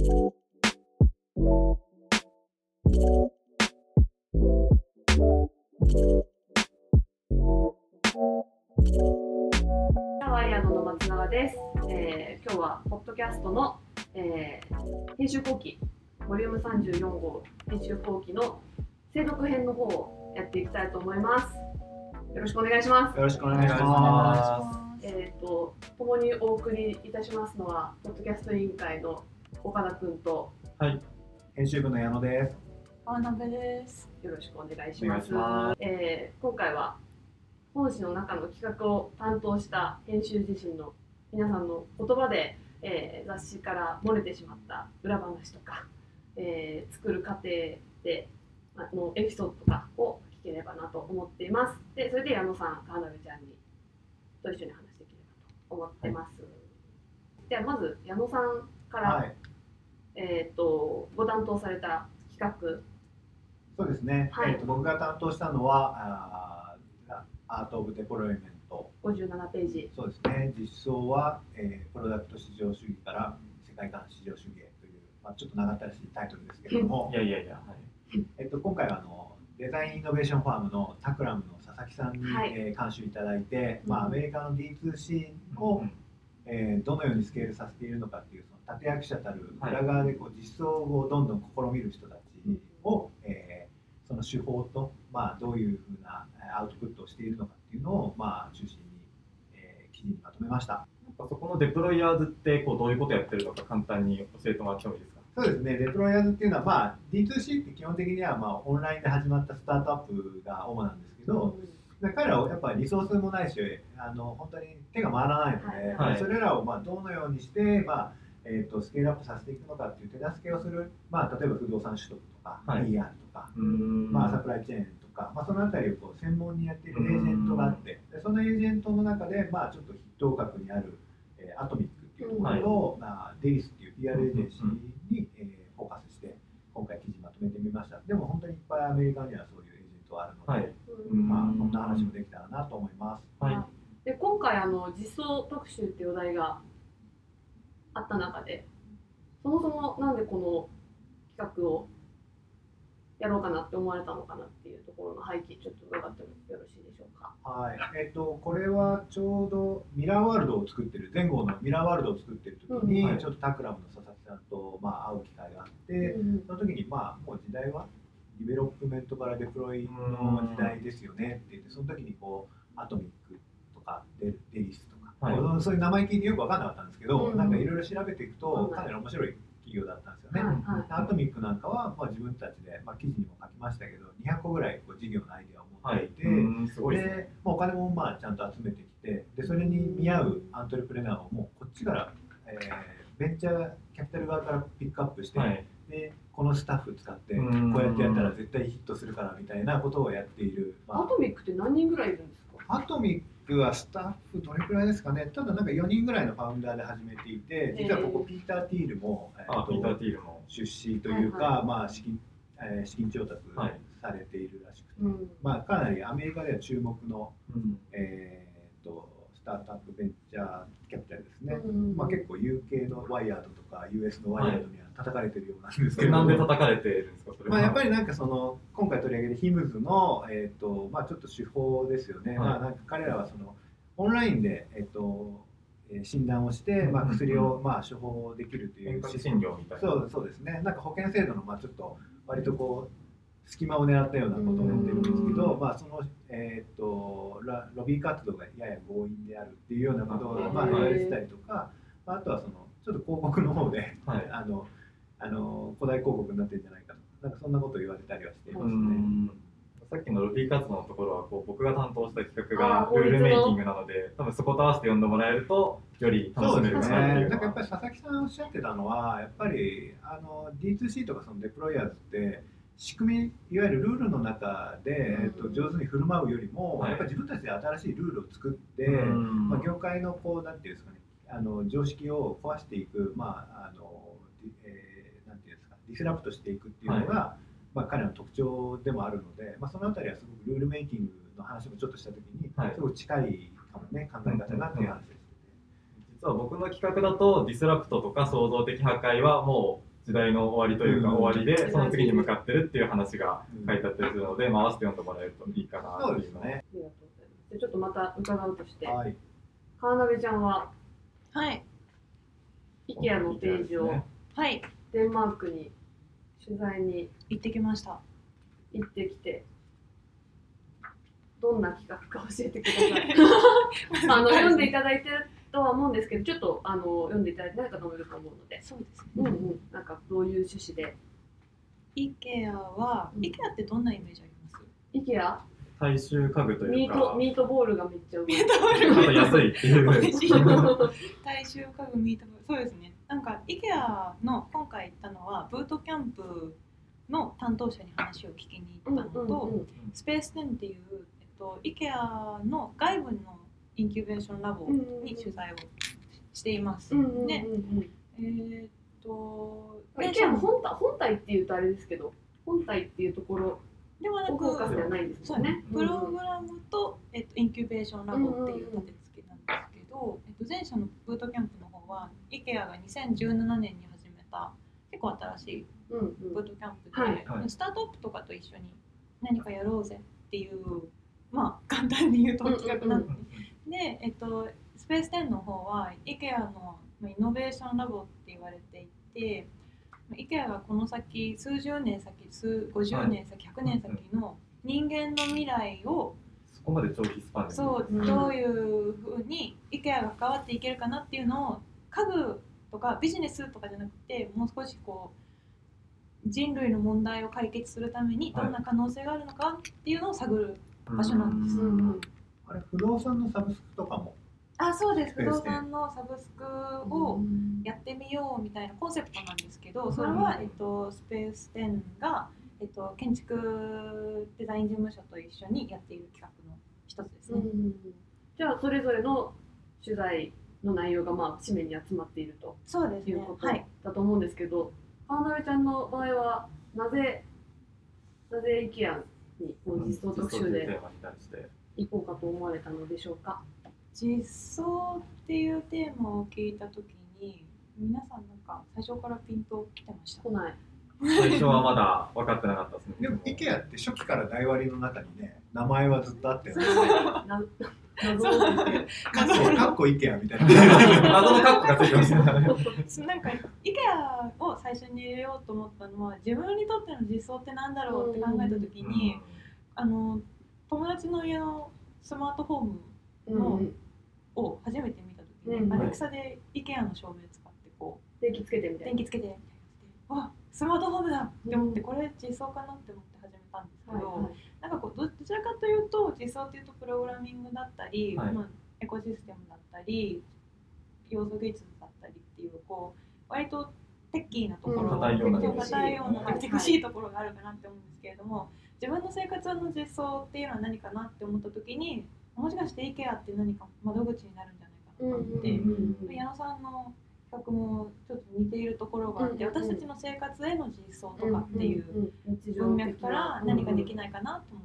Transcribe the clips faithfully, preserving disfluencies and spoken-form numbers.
ワイヤードの松永です、えー、今日はポッドキャストの、えー、編集後期ボリュームさんじゅうよん号編集後期の精読編の方をやっていきたいと思います。よろしくお願いします。 よろしくお願いします。 えーと、共にお送りいたしますのはポッドキャスト委員会の岡田くんと、 はい、編集部の矢野です。 川辺です。 よろしくお願いします。えー、今回は本誌の中の企画を担当した編集自身の皆さんの言葉で、えー、雑誌から漏れてしまった裏話とか、えー、作る過程でのエピソードとかを聞ければなと思っています。で、それで矢野さん、川辺ちゃんにと一緒に話できればと思ってます。はい、ではまず矢野さんから、はい、えー、とご担当された企画。 そうですね、はい、えー、と僕が担当したのはアート・オブ・デプロイメントごじゅうななページ。 そうですね、実装は、えー、プロダクト至上主義から世界観至上主義へという、まあ、ちょっと長ったらしいタイトルですけれどもいやいやいや、はい、 えっと、今回はあのデザインイノベーションファームのタクラムの佐々木さんに、はい、えー、監修いただいて、まあ、アメリカの ディーツーシー を、うん、えー、どのようにスケールさせているのかっていうその立役者たる裏側でこう実装をどんどん試みる人たちを、うん、えー、その手法と、まあ、どういうふうなアウトプットをしているのかっていうのを、まあ、中心に、えー、記事にまとめました。 なんかそこのデプロイヤーズってこうどういうことをやってるのか簡単に教えてもらってもいいですか？ そうですね、デプロイヤーズっていうのは、まあ、ディーツーシー って基本的には、まあ、オンラインで始まったスタートアップが主なんですけど、うん、彼らはやっぱりリソースもないし、あの本当に手が回らないので、はい、それらをまあどのようにして、まあえー、とスケールアップさせていくのかっていう手助けをする、まあ、例えば不動産取得とか、はい、ピーアール とか、まあ、サプライチェーンとか、まあ、そのあたりをこう専門にやっているエージェントがあって、でそのエージェントの中で、まあ、ちょっと筆頭格にある、えー、アトミックっていうところを、うん、まあ、デリスっていう ピーアール エージェンシーに、えー、フォーカスして今回記事まとめてみました。でも本当にいっぱいアメリカにはそういうエージェントがあるので、はい、まあ、こんな話もできたらなと思います。 はい、で今回あの実装特集っていうお題があった中で、そもそもなんでこの企画をやろうかなって思われたのかなっていうところの背景、ちょっと伺ってもよろしいでしょうか。 はい、えっと、これはちょうどミラーワールドを作ってる、前後のミラーワールドを作ってる時に、うん、ちょっとタクラムの佐々木さんと、まあ、会う機会があって、うん、その時に、まあ、もう時代はディベロップメントからデプロイの時代ですよねって言って、その時にこうアトミックとかデデリスとか、はい、そういう名前聞いてよく分かんなかったんですけど、うん、なんかいろいろ調べていくと、かなり面白い企業だったんですよね。はいはい、アトミックなんかは、まあ、自分たちで、まあ、記事にも書きましたけどにひゃっこぐらいこう事業のアイデアを持っていて、はい、すごいですね。で、まあ、お金もまあちゃんと集めてきて、でそれに見合うアントレプレナーをもうこっちから、えー、ベンチャーキャピタル側からピックアップして、はい、でこのスタッフ使ってこうやってやったら絶対ヒットするからみたいなことをやっている。 まあ、アトミックって何人ぐらいいるんですか？ アトミックはスタッフどれくらいですかね。ただなんかよにんぐらいのファウンダーで始めていて、実はここピーター・ティールも、えー、とピーター・ティールも出資というか、はいはい、まあ資金、えー、資金調達されているらしくて、はい、まあ、かなりアメリカでは注目の、うん、えー、とスタートアップベンチャーキャピタルですね。うん、まあ、結構 ユーケー のワイヤードとか ユーエス のワイヤードには叩かれてるようなんですけど、 なんで叩かれてるんですかそれは。 まあ、やっぱりなんかその今回取り上げるヒムズの、えーとまあ、ちょっと手法ですよね。はい、まあ、なんか彼らはそのオンラインで、えーと診断をして、まあ、薬を、まあ、処方できるという遠隔診療みたいな。 そうそうですね。なんか保険制度の、まあ、ちょっと割とこう隙間を狙ったようなことをやってるんですけど、まあ、その、えー、とロビー活動がやや強引であるっていうようなことを、まあ、言われてたりとか、あとはそのちょっと広告の方で、はい、あのあの古代広告になってるんじゃないかと、なんかそんなことを言われたりはしていますね。 さっきのロビー活動のところはこう僕が担当した企画がルールメイキングなので、多分そこと合わせて読んでもらえるとより楽しめるかなっていうのは。 なんかやっぱり佐々木さんおっしゃってたのは、やっぱりあの ディーツーシー とかそのデプロイヤーズって仕組み、いわゆるルールの中で、えっと、上手に振る舞うよりも、はい、やっぱり自分たちで新しいルールを作って、まあ、業界のこうなんていうんですかね、あの常識を壊していく、まああのえー、なんていうんですか、ディスラプトしていくっていうのが、はい、まあ、彼の特徴でもあるので、まあ、そのあたりはすごくルールメイキングの話もちょっとしたときに、はい、すごく近いかもね、考え方だっていう話です。 実は僕の企画だとディスラプトとか創造的破壊はもう時代の終わりというか、 うん、 終わりでその次に向かってるっていう話が書いてあったりするので、まあ、合わせて読んでもらえるといいかなっていうのを。 ありがとうございます。でちょっとまた伺うとして、 はい、 川鍋ちゃんは、 はい、 IKEA のページを、 はい、 デンマークに取材に行ってきました。 行ってきて、どんな企画か教えてください。あの読んでいただいてるとは思うんですけど、ちょっとあの読んでいただいてない方もいると思うので、 そうですね。 うんうん、なんかどういう趣旨で。 IKEA は、うん、IKEA ってどんなイメージあります？ IKEA？ 大衆家具というか、 ミート、ミートボールがめっちゃうまい。 ミートボールがあと安いっていう。 美味しい。大衆家具ミートボール、そうですね。なんか IKEA の今回行ったのはブートキャンプの担当者に話を聞きに行ったのと、 うんうんうん、 スペーステンっていう、えっと、IKEA の外部のインキュベーションラボに取材をしています。 うんうんうんうん、 で、えー、っと IKEA の本体、本体っていうとあれですけど、本体っていうところではなく、 フォーカスではないんですよね。 プログラムと、えっと、インキュベーションラボっていう立て付けなんですけど、えっと、前者のブートキャンプの方は IKEA がにせんじゅうななねんに始めた結構新しいブートキャンプで、うんうんはい、スタートアップとかと一緒に何かやろうぜっていう、まあ簡単に言うと企画なんですね。で、えっと、スペーステンの方は IKEA のイノベーションラボって言われていて、IKEA がこの先数十年先、数ごじゅうねん先、ひゃくねん先の人間の未来をそこまで長期スパンで、 そう、どういうふうに IKEA が関わっていけるかなっていうのを家具とかビジネスとかじゃなくて、もう少しこう人類の問題を解決するためにどんな可能性があるのかっていうのを探る場所なんです。 うんうん、あれ不動産のサブスクとかも。 あ、そうです。不動産のサブスクをやってみようみたいなコンセプトなんですけど、それは、えっと、スペーステンが、えっと、建築デザイン事務所と一緒にやっている企画の一つですね。 うん、じゃあそれぞれの取材の内容がまあ紙面に集まっているとそうですね、 いうことだと思うんですけど、川鍋ちゃんの場合はなぜなぜ IKEA に実装特集で行こうかと思われたのでしょうか？ 実装っていうテーマを聞いたときに皆さんなんか最初からピンと来てました？ 来ない。 最初はまだ分かってなかったですね。 でも IKEA って初期から台割りの中にね、名前はずっとあったよね。 謎のカッコ IKEA みたいな謎のカッコがついてましたね。 なんか IKEA を最初に入れようと思ったのは、自分にとっての実装ってなんだろうって考えたときに、うん、あの友達の家のスマートフォームの、うんを初めて見たときに、うん、アレクサで IKEA の照明使ってこう電気つけてみたいな電気つけてみたいな、わ、スマートフォームだって思って、うん、これ実装かなって思って始めたんですけど、はいはい、なんかこう ど, どちらかというと実装っていうとプログラミングだったり、はい、まあ、エコシステムだったり要素技術だったりっていうこう割とテッキーなところ、硬いようなテクシーところがあるかなって思うんですけれども、自分の生活の実装っていうのは何かなって思ったときに、もしかして IKEA って何か窓口になるんじゃないかなと思って、うんうん、矢野さんの企画もちょっと似ているところがあって、うんうん、私たちの生活への実装とかっていう文脈から何かできないかなと思って、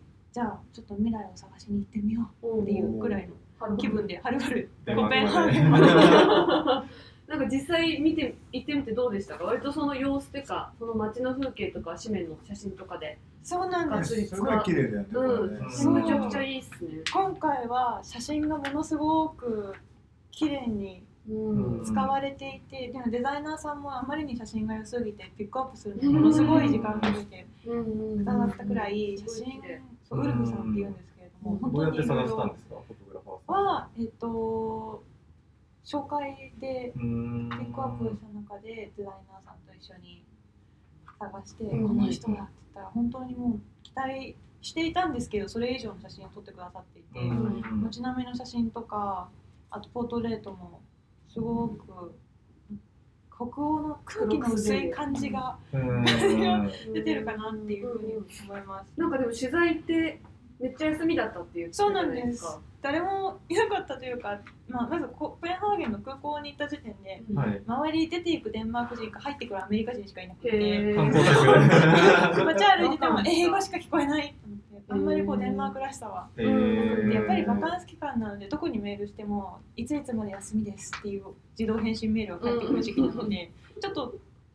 じゃあちょっと未来を探しに行ってみようっていうくらいの気分ではるばるコペンハーゲンまでなんか実際見て行ってみてどうでしたか？割とその様子とかその街の風景とか紙面の写真とかで。 そうなんです。 すごい綺麗だよね。 うん、めちゃくちゃいいっすね。 今回は写真がものすごく綺麗に使われていて、でもデザイナーさんもあまりに写真が良すぎてピックアップするのにものすごい時間がかけてくださったくらい写真、そうウルフさんっていうんですけれども、 本当にどうやって探したんですか？フォトグラファーはえっと紹介でピックアップした中でデザイナーさんと一緒に探して、この人だって言ったら本当にもう期待していたんですけど、それ以上の写真を撮ってくださっていて、街並みの写真とかあとポートレートもすごく北欧の空気の薄い感じが出てるかなっていうふうに思います。 なんかでも取材ってめっちゃ休みだったっていう。 そうなんです。誰もいなかったというか、まあ、まずコペンハーゲンの空港に行った時点で、はい、周り出ていくデンマーク人か入ってくるアメリカ人しかいなくて、 観光客街歩いてても英語しか聞こえないと思って、あんまりこうデンマークらしさはなくて、やっぱりバカンス期間なのでどこにメールしてもいついつまで休みですっていう自動返信メールが返ってくる時期なので、ちょっと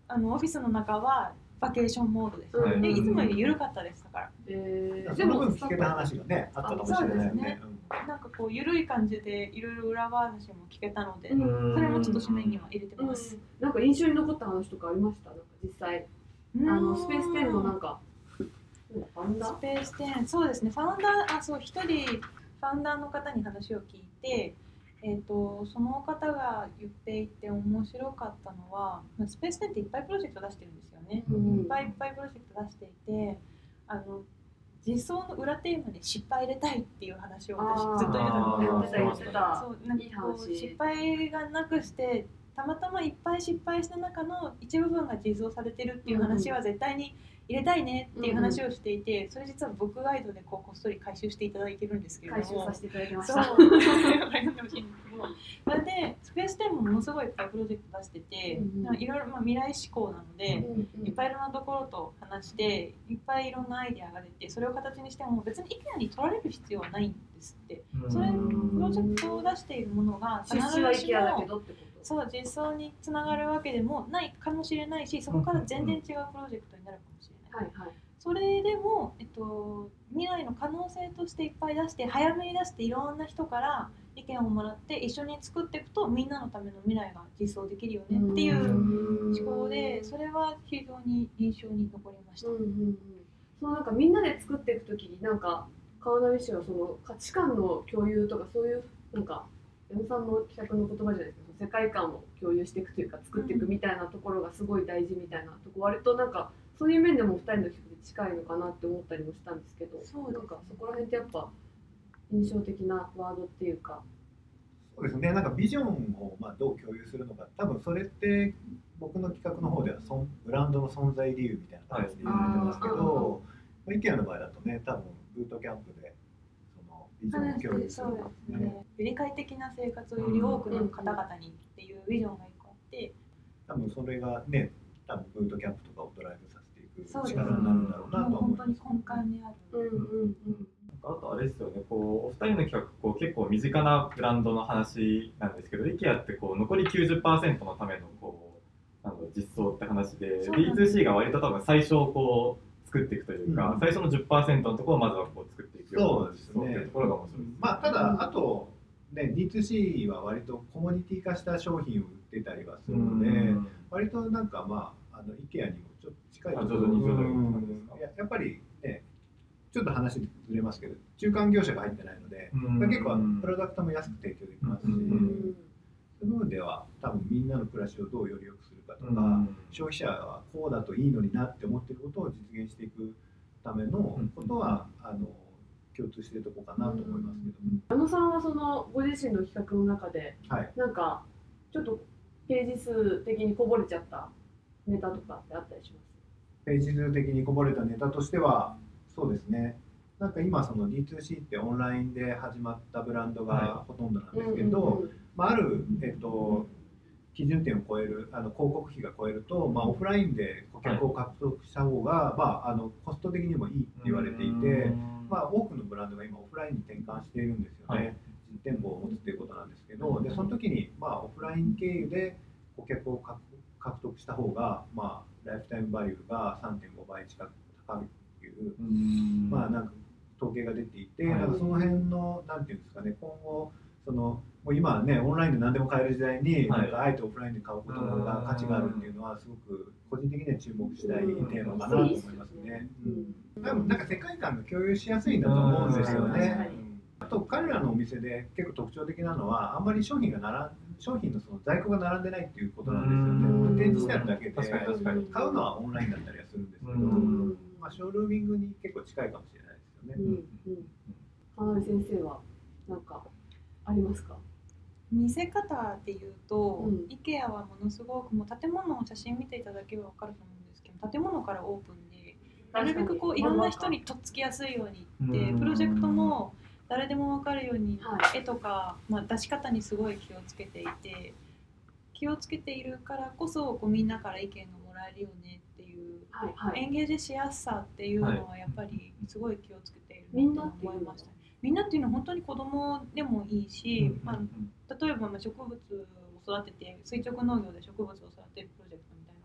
あのオフィスの中はバケーションモードです、 はい、 でいつもより緩かったですだから、 えー、でも聞けた話がねあったかもしれないよね。 なんかこう緩い感じでいろいろ裏話も聞けたので、それもちょっと締めには入れてます。 なんか印象に残った話とかありました？なんか実際あのスペーステンのなんかファウンダー？ スペーステン、そうですね。ファウンダー、あ、そう一人ファウンダーの方に話を聞いて、えっとその方が言っていて面白かったのは、スペーステンっていっぱいプロジェクト出してるんですよね。うん、いっぱいいっぱいプロジェクト出していて、あの実装の裏テーマで失敗入れたいっていう話を私ずっと言ってたので、 言ってた言ってた。 そうなんかこう失敗がなくしてたまたまいっぱい失敗した中の一部分が実装されてるっていう話は絶対に入れたいねっていう話をしていて、それ実は僕ガイドでこうこっそり回収していただいてるんですけれども、 回収させていただきました。 そうそれでスペーステンもものすごいいっぱいプロジェクト出してて、うんうん、いろいろ、まあ、未来志向なので、うんうん、いっぱいいろんなところと話していっぱいいろんなアイデアが出て、それを形にしても別に IKEA に取られる必要はないんですって。それプロジェクトを出しているものが必ずしも IKEA だけどってこと？ そう実装につながるわけでもないかもしれないし、そこから全然違うプロジェクトになるかもしれない、はいはい、それでも、えっと、未来の可能性としていっぱい出して早めに出していろんな人から意見をもらって一緒に作っていくとみんなのための未来が実装できるよねっていう思考で、それは非常に印象に残りました。うんうんうん、 そのなんかみんなで作っていくときになんか川波氏はその価値観の共有とかそういうなんか矢野さんの企画の言葉じゃないですけど世界観を共有していくというか作っていくみたいなところがすごい大事みたいなとこ割となんかそういう面でもふたりの企画で近いのかなって思ったりもしたんですけど、そうなんかそこら辺ってやっぱ印象的なワードっていうか。 そうですね、なんかビジョンをまあどう共有するのか、多分それって僕の企画の方ではそんブランドの存在理由みたいな感じで言われてますけど、まあ、IKEA の場合だとね、多分ブートキャンプでビジョンを共有するんですね。 より快適な生活をより多くの方々にっていうビジョンが一個あって、 多分それがね、多分ブートキャンプとかをドライブさせていく力になるんだろうなと思います。 本当に根幹にある。うんうんうん。 あとあれですよね、こうお二人の企画こう結構身近なブランドの話なんですけど、IKEA ってこう残り きゅうじゅっパーセント のためのこうあの実装って話で、ディーツーシー が割と多分最初こう作っていくというか、うん、最初の じゅっパーセント のところをまずはこう作っていくような実装っていうところが面白いですね。 まあただあとね ディーツーシー は割とコモディティ化した商品を売ってたりはするので、割となんかまああの IKEA にもちょっと近いところにやっぱりね。ちょっと話ずれますけど、中間業者が入ってないので、結構プロダクトも安く提供できますし、そういう部分では多分みんなの暮らしをどうより良くするかとか、消費者はこうだといいのになって思っていることを実現していくためのことは、あの共通しているところかなと思いますけど。 矢野さんはそのご自身の企画の中で、はい、なんかちょっとページ数的にこぼれちゃったネタとかってあったりします？ ページ数的にこぼれたネタとしては、そうですね。なんか今その ディーツーシー ってオンラインで始まったブランドがほとんどなんですけど、まあ、ある、えっと、基準点を超えるあの広告費が超えると、まあ、オフラインで顧客を獲得した方が、まあ、あのコスト的にもいいって言われていて、まあ、多くのブランドが今オフラインに転換しているんですよね。実店舗を持つっていうことなんですけど、でその時に、まあ、オフライン経由で顧客を獲得した方が、まあ、ライフタイムバリューが さんてんごばい近く高い。まあなんか統計が出ていて、なんかその辺のなんていうんですかね、今後そのもう今はねオンラインで何でも買える時代に、なんかあえてオフラインで買うことの方が価値があるっていうのはすごく個人的には注目したいテーマかなと思いますね。多分なんか世界観が共有しやすいんだと思うんですよね。あと彼らのお店で結構特徴的なのはあんまり商品が並ん商品のその在庫が並んでないっていうことなんですよね。展示してあるだけで買うのはオンラインだったりはするんですけど。まあ、ショールーミングに結構近いかもしれないですよね。うんうん、 花見先生は何かありますか？ 見せ方でいうと、うん、IKEA はものすごくもう建物の写真見ていただければ分かると思うんですけど、建物からオープンでなるべくこういろんな人にとっつきやすいようにってプロジェクトも誰でも分かるように、はい、絵とか、まあ、出し方にすごい気をつけていて気をつけているからこそこうみんなから意見がもらえるよねっていう、はいはい、エンゲージしやすさっていうのはやっぱりすごい気をつけているなと思いました。みんなっていうのは本当に子供でもいいし、うんまあ、例えば植物を育てて垂直農業で植物を育てるプロジェクトみたいなのがあったんです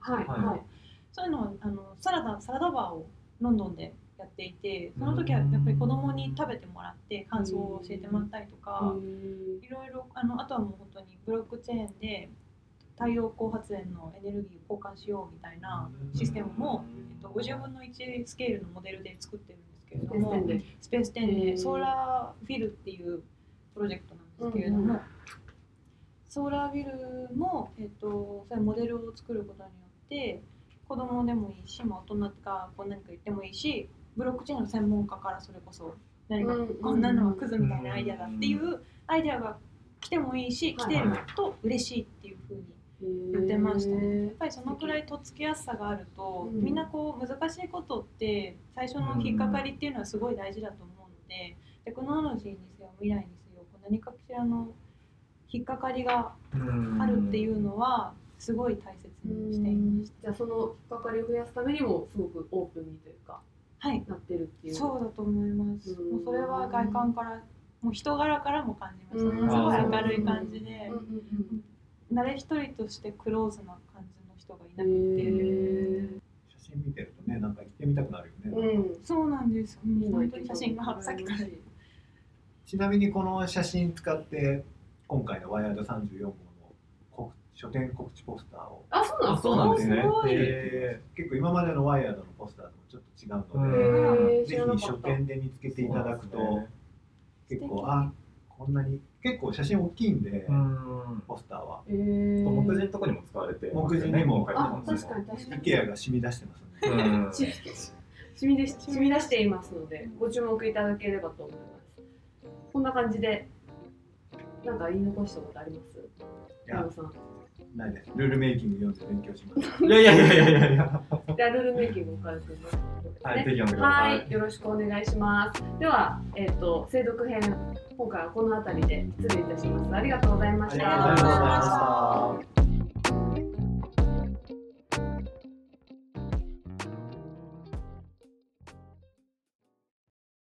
けど、 はいはい、 そういうのはあのサラダサラダバーをロンドンでやっていて、その時はやっぱり子供に食べてもらって感想を教えてもらったりとか、いろいろあのあとはもう本当にブロックチェーンで太陽光発電のエネルギーを交換しようみたいなシステムも、えっと、ごじゅうぶんのいちスケールのモデルで作ってるんですけれども、スペーステンでソーラーフィルっていうプロジェクトなんですけれども、うんうん、ソーラービルも、えっと、そういうモデルを作ることによって子供でもいいし、まあ、大人がこう何か言ってもいいし、ブロックチェーンの専門家からそれこそ何かこんなのはクズみたいなアイデアだっていうアイデアが来てもいいし、来てると嬉しいっていうふうに言ってましたね。やっぱりそのくらいとっつきやすさがあると、みんなこう難しいことって最初の引っかかりっていうのはすごい大事だと思うので、テクノロジーにせよ未来にせよ何かしらの引っかかりがあるっていうのはすごい大切にしていました。 じゃあその引っかかりを増やすためにもすごくオープンにというか、はい、なってるっていう。そうだと思います。 うもうそれは外観からもう人柄からも感じましたね。すごい明るい感じで、誰一人としてクローズな感じの人がいなくて、 写真見てるとね、なんか行ってみたくなるよね。 うん、そうなんです。本当に写真がさっきから。 ちなみにこの写真使って今回のワイヤードさんじゅうよん号の書店告知ポスターを、 あ、そうなんですね。 えー、結構今までのワイヤードのポスターともちょっと違うので、ぜひ書店で見つけていただくと、ね、結構あこんなに結構写真大きいんで、うんポスターは、 えー、木人のとこにも使われて、 木人にも、 あ、確かに確かに。 IKEA が染み出してますね。 うん染み出し染み出していますので、ご注目いただければと思います。こんな感じで、なんか言い残したことあります？ いや、ないです。ルールメイキング読んで勉強します。 いやいやいやいやいやいや。 じゃあルールメイキングを軽くですね。 はい、ぜひ読んでください。 はい、よろしくお願いします。では、えっと、精読編、今回はこの辺りで失礼いたします。ありがとうございました。 ありがとうございました。